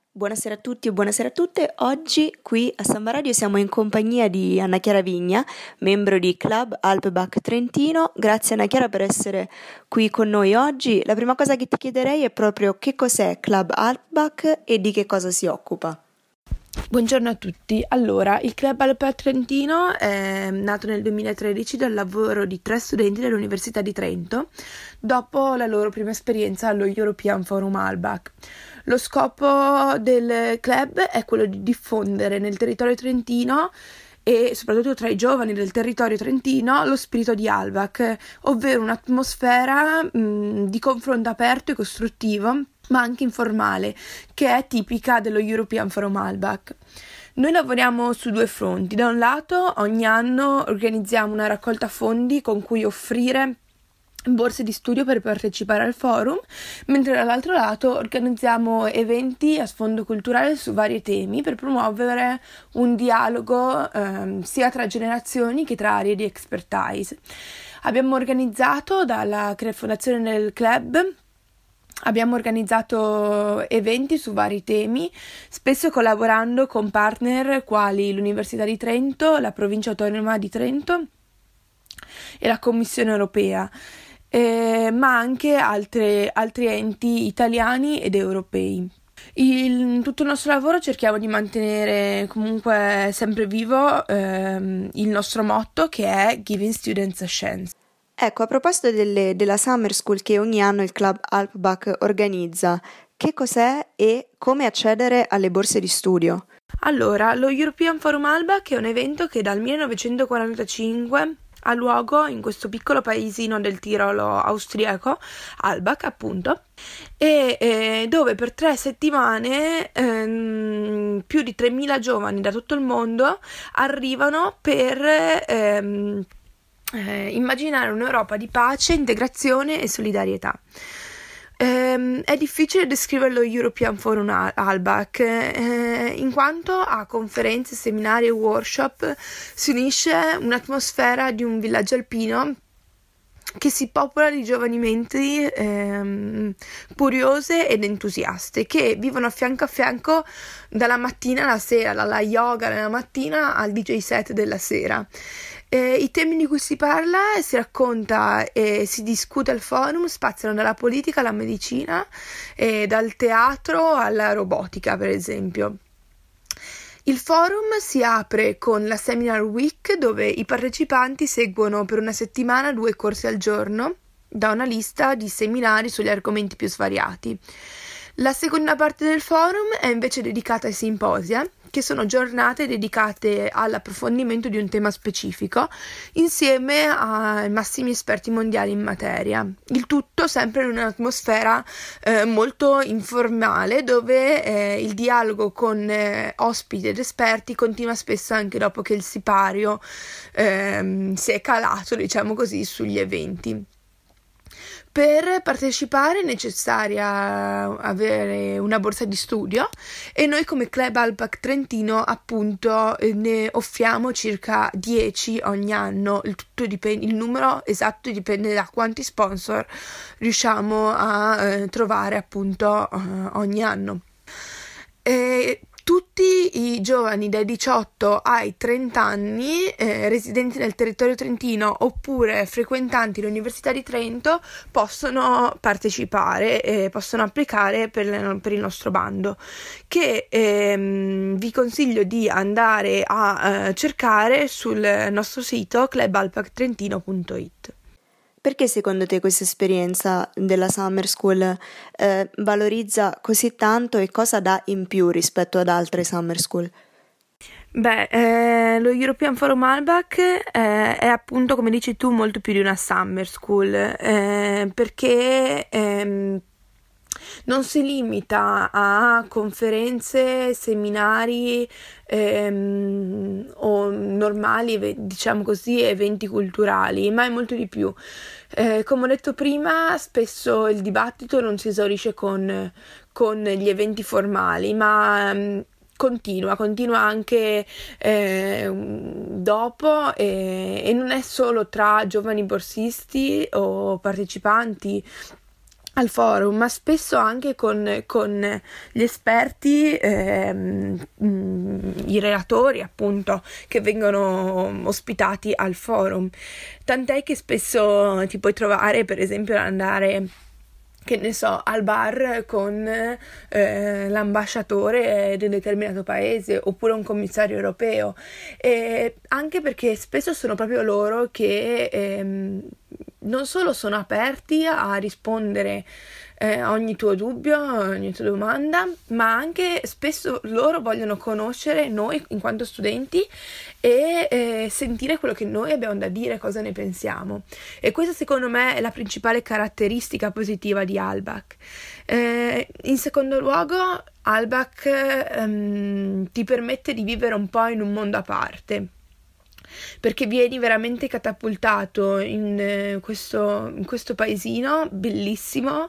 Buonasera a tutti e buonasera a tutte. Oggi qui a Samba Radio siamo in compagnia di Anna Chiara Vigna, membro di Club Alpbach Trentino. Grazie Anna Chiara per essere qui con noi oggi. La prima cosa che ti chiederei è proprio che cos'è Club Alpbach e di che cosa si occupa. Buongiorno a tutti. Allora, il Club Alpbach Trentino è nato nel 2013 dal lavoro di 3 studenti dell'Università di Trento dopo la loro prima esperienza allo European Forum Alpbach. Lo scopo del club è quello di diffondere nel territorio trentino e soprattutto tra i giovani del territorio trentino lo spirito di Alpbach, ovvero un'atmosfera di confronto aperto e costruttivo, ma anche informale, che è tipica dello European Forum Alpbach. Noi lavoriamo su 2 fronti. Da un lato, ogni anno organizziamo una raccolta fondi con cui offrire borse di studio per partecipare al forum, mentre dall'altro lato organizziamo eventi a sfondo culturale su vari temi per promuovere un dialogo sia tra generazioni che tra aree di expertise. Abbiamo organizzato dalla fondazione del club. Abbiamo organizzato eventi su vari temi, spesso collaborando con partner quali l'Università di Trento, la Provincia Autonoma di Trento e la Commissione Europea, ma anche altri enti italiani ed europei. In tutto il nostro lavoro cerchiamo di mantenere comunque sempre vivo il nostro motto, che è Giving Students a Chance. Ecco, a proposito della Summer School che ogni anno il Club Alpbach organizza, che cos'è e come accedere alle borse di studio? Allora, lo European Forum Alpbach è un evento che dal 1945 ha luogo in questo piccolo paesino del Tirolo austriaco, Alpbach appunto, e dove per 3 settimane più di 3.000 giovani da tutto il mondo arrivano per immaginare un'Europa di pace, integrazione e solidarietà. È difficile descrivere lo European Forum Alpbach in quanto a conferenze, seminari e workshop si unisce un'atmosfera di un villaggio alpino che si popola di giovani menti curiose ed entusiaste che vivono a fianco dalla mattina alla sera, dalla yoga nella mattina al DJ set della sera. I temi di cui si parla, si racconta e si discute al forum spaziano dalla politica alla medicina, dal teatro alla robotica, per esempio. Il forum si apre con la Seminar Week, dove i partecipanti seguono per una settimana 2 corsi al giorno da una lista di seminari sugli argomenti più svariati. La seconda parte del forum è invece dedicata ai simposia, che sono giornate dedicate all'approfondimento di un tema specifico insieme ai massimi esperti mondiali in materia. Il tutto sempre in un'atmosfera molto informale, dove il dialogo con ospiti ed esperti continua spesso anche dopo che il sipario si è calato, diciamo così, sugli eventi. Per partecipare è necessaria avere una borsa di studio e noi come Club Alpbach Trentino appunto ne offriamo circa 10 ogni anno. Il numero esatto dipende da quanti sponsor riusciamo a trovare appunto ogni anno. Tutti i giovani dai 18 ai 30 anni residenti nel territorio trentino oppure frequentanti l'Università di Trento possono partecipare e possono applicare per il nostro bando, che vi consiglio di andare a cercare sul nostro sito clubalpbachtrentino.it. Perché secondo te questa esperienza della Summer School valorizza così tanto e cosa dà in più rispetto ad altre Summer School? Lo European Forum Alpbach è appunto, come dici tu, molto più di una Summer School, perché non si limita a conferenze, seminari o normali, diciamo così, eventi culturali, ma è molto di più. Come ho detto prima, spesso il dibattito non si esaurisce con gli eventi formali, ma continua anche dopo e non è solo tra giovani borsisti o partecipanti. al forum, ma spesso anche con gli esperti, i relatori appunto che vengono ospitati al forum, tant'è che spesso ti puoi trovare per esempio ad andare, che ne so, al bar con l'ambasciatore di un determinato paese oppure un commissario europeo, anche perché spesso sono proprio loro che non solo sono aperti a rispondere a ogni tuo dubbio, a ogni tua domanda, ma anche spesso loro vogliono conoscere noi in quanto studenti e sentire quello che noi abbiamo da dire, cosa ne pensiamo. E questa secondo me è la principale caratteristica positiva di Albac. In secondo luogo, Albac ti permette di vivere un po' in un mondo a parte, perché vieni veramente catapultato in questo paesino bellissimo,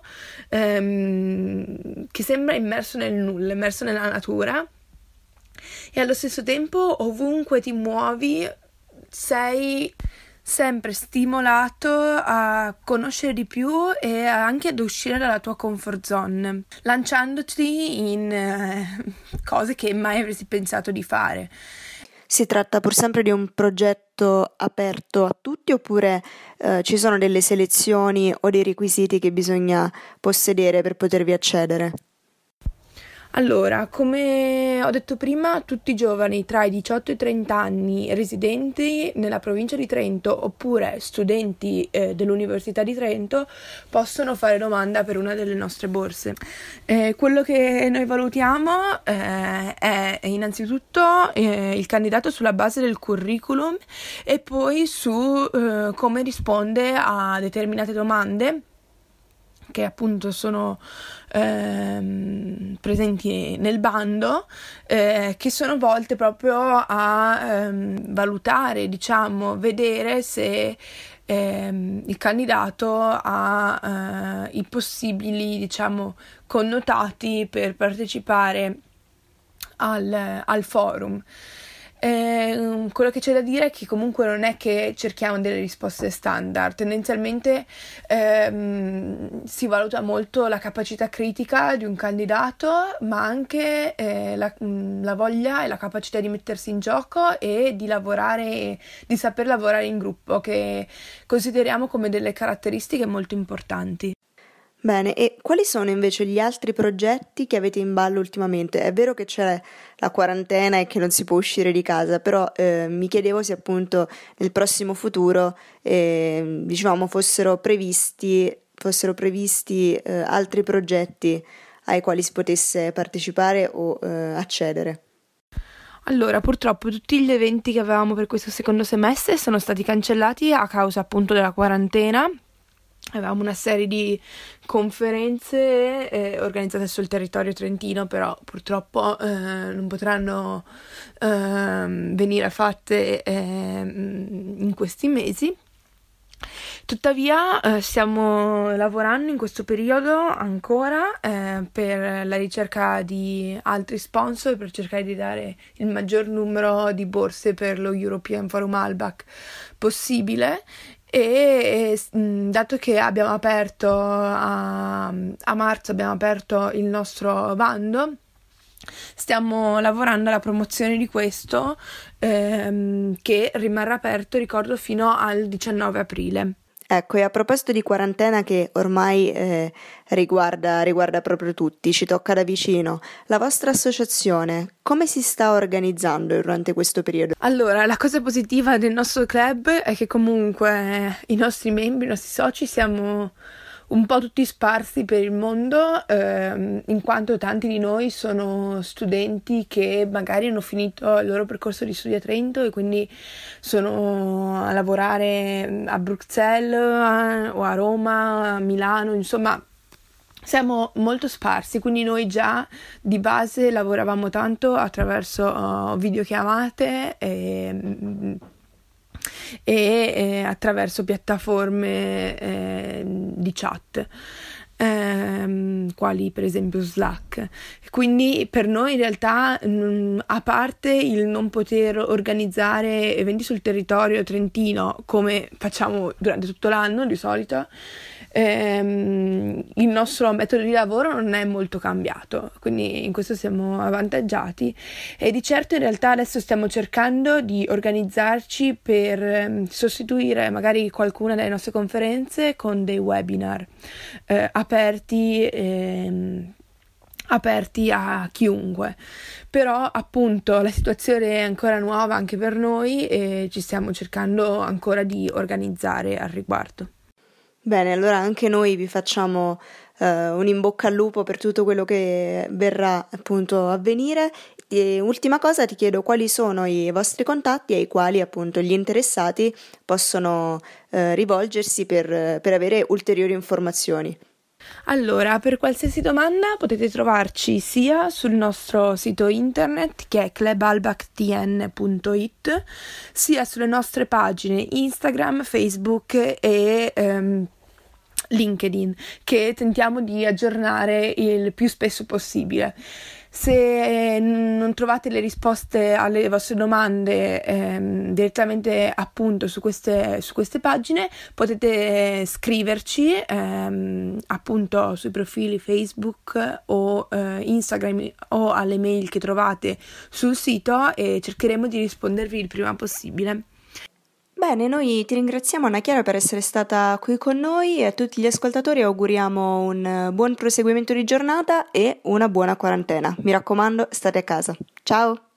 che sembra immerso nel nulla, immerso nella natura, e allo stesso tempo ovunque ti muovi sei sempre stimolato a conoscere di più e anche ad uscire dalla tua comfort zone, lanciandoti in cose che mai avresti pensato di fare. Si tratta pur sempre di un progetto aperto a tutti, oppure ci sono delle selezioni o dei requisiti che bisogna possedere per potervi accedere? Allora, come ho detto prima, tutti i giovani tra i 18 e i 30 anni residenti nella provincia di Trento oppure studenti dell'Università di Trento possono fare domanda per una delle nostre borse. Quello che noi valutiamo è innanzitutto il candidato sulla base del curriculum e poi su come risponde a determinate domande che appunto sono presenti nel bando, che sono volte proprio a valutare, diciamo, vedere se il candidato ha i possibili, diciamo, connotati per partecipare al forum. Quello che c'è da dire è che comunque non è che cerchiamo delle risposte standard, tendenzialmente si valuta molto la capacità critica di un candidato, ma anche la voglia e la capacità di mettersi in gioco e di lavorare, di saper lavorare in gruppo, che consideriamo come delle caratteristiche molto importanti. Bene, e quali sono invece gli altri progetti che avete in ballo ultimamente? È vero che c'è la quarantena e che non si può uscire di casa, però mi chiedevo se appunto nel prossimo futuro diciamo fossero previsti altri progetti ai quali si potesse partecipare o accedere. Allora, purtroppo tutti gli eventi che avevamo per questo secondo semestre sono stati cancellati a causa appunto della quarantena. Avevamo una serie di conferenze organizzate sul territorio trentino, però purtroppo non potranno venire fatte in questi mesi. Tuttavia stiamo lavorando in questo periodo ancora per la ricerca di altri sponsor, per cercare di dare il maggior numero di borse per lo European Forum Albac possibile. E dato che abbiamo aperto a marzo, abbiamo aperto il nostro bando, stiamo lavorando alla promozione di questo che rimarrà aperto, ricordo, fino al 19 aprile. Ecco, e a proposito di quarantena che ormai riguarda proprio tutti, ci tocca da vicino, la vostra associazione come si sta organizzando durante questo periodo? Allora, la cosa positiva del nostro club è che comunque i nostri membri, i nostri soci siamo un po' tutti sparsi per il mondo, in quanto tanti di noi sono studenti che magari hanno finito il loro percorso di studio a Trento e quindi sono a lavorare a Bruxelles o a Roma, a Milano, insomma siamo molto sparsi, quindi noi già di base lavoravamo tanto attraverso videochiamate e attraverso piattaforme di chat, quali per esempio Slack. Quindi per noi in realtà, a parte il non poter organizzare eventi sul territorio trentino come facciamo durante tutto l'anno di solito, il nostro metodo di lavoro non è molto cambiato, quindi in questo siamo avvantaggiati, e di certo in realtà adesso stiamo cercando di organizzarci per sostituire magari qualcuna delle nostre conferenze con dei webinar aperti a chiunque. Però appunto la situazione è ancora nuova anche per noi e ci stiamo cercando ancora di organizzare al riguardo. Bene, allora anche noi vi facciamo un in bocca al lupo per tutto quello che verrà appunto a venire. E ultima cosa, ti chiedo quali sono i vostri contatti ai quali appunto gli interessati possono rivolgersi per avere ulteriori informazioni. Allora, per qualsiasi domanda potete trovarci sia sul nostro sito internet, che è clubalbactn.it, sia sulle nostre pagine Instagram, Facebook e LinkedIn, che tentiamo di aggiornare il più spesso possibile. Se non trovate le risposte alle vostre domande direttamente appunto su queste pagine, potete scriverci appunto sui profili Facebook o Instagram o alle mail che trovate sul sito, e cercheremo di rispondervi il prima possibile. Bene, noi ti ringraziamo Anna Chiara per essere stata qui con noi, e a tutti gli ascoltatori auguriamo un buon proseguimento di giornata e una buona quarantena. Mi raccomando, state a casa. Ciao!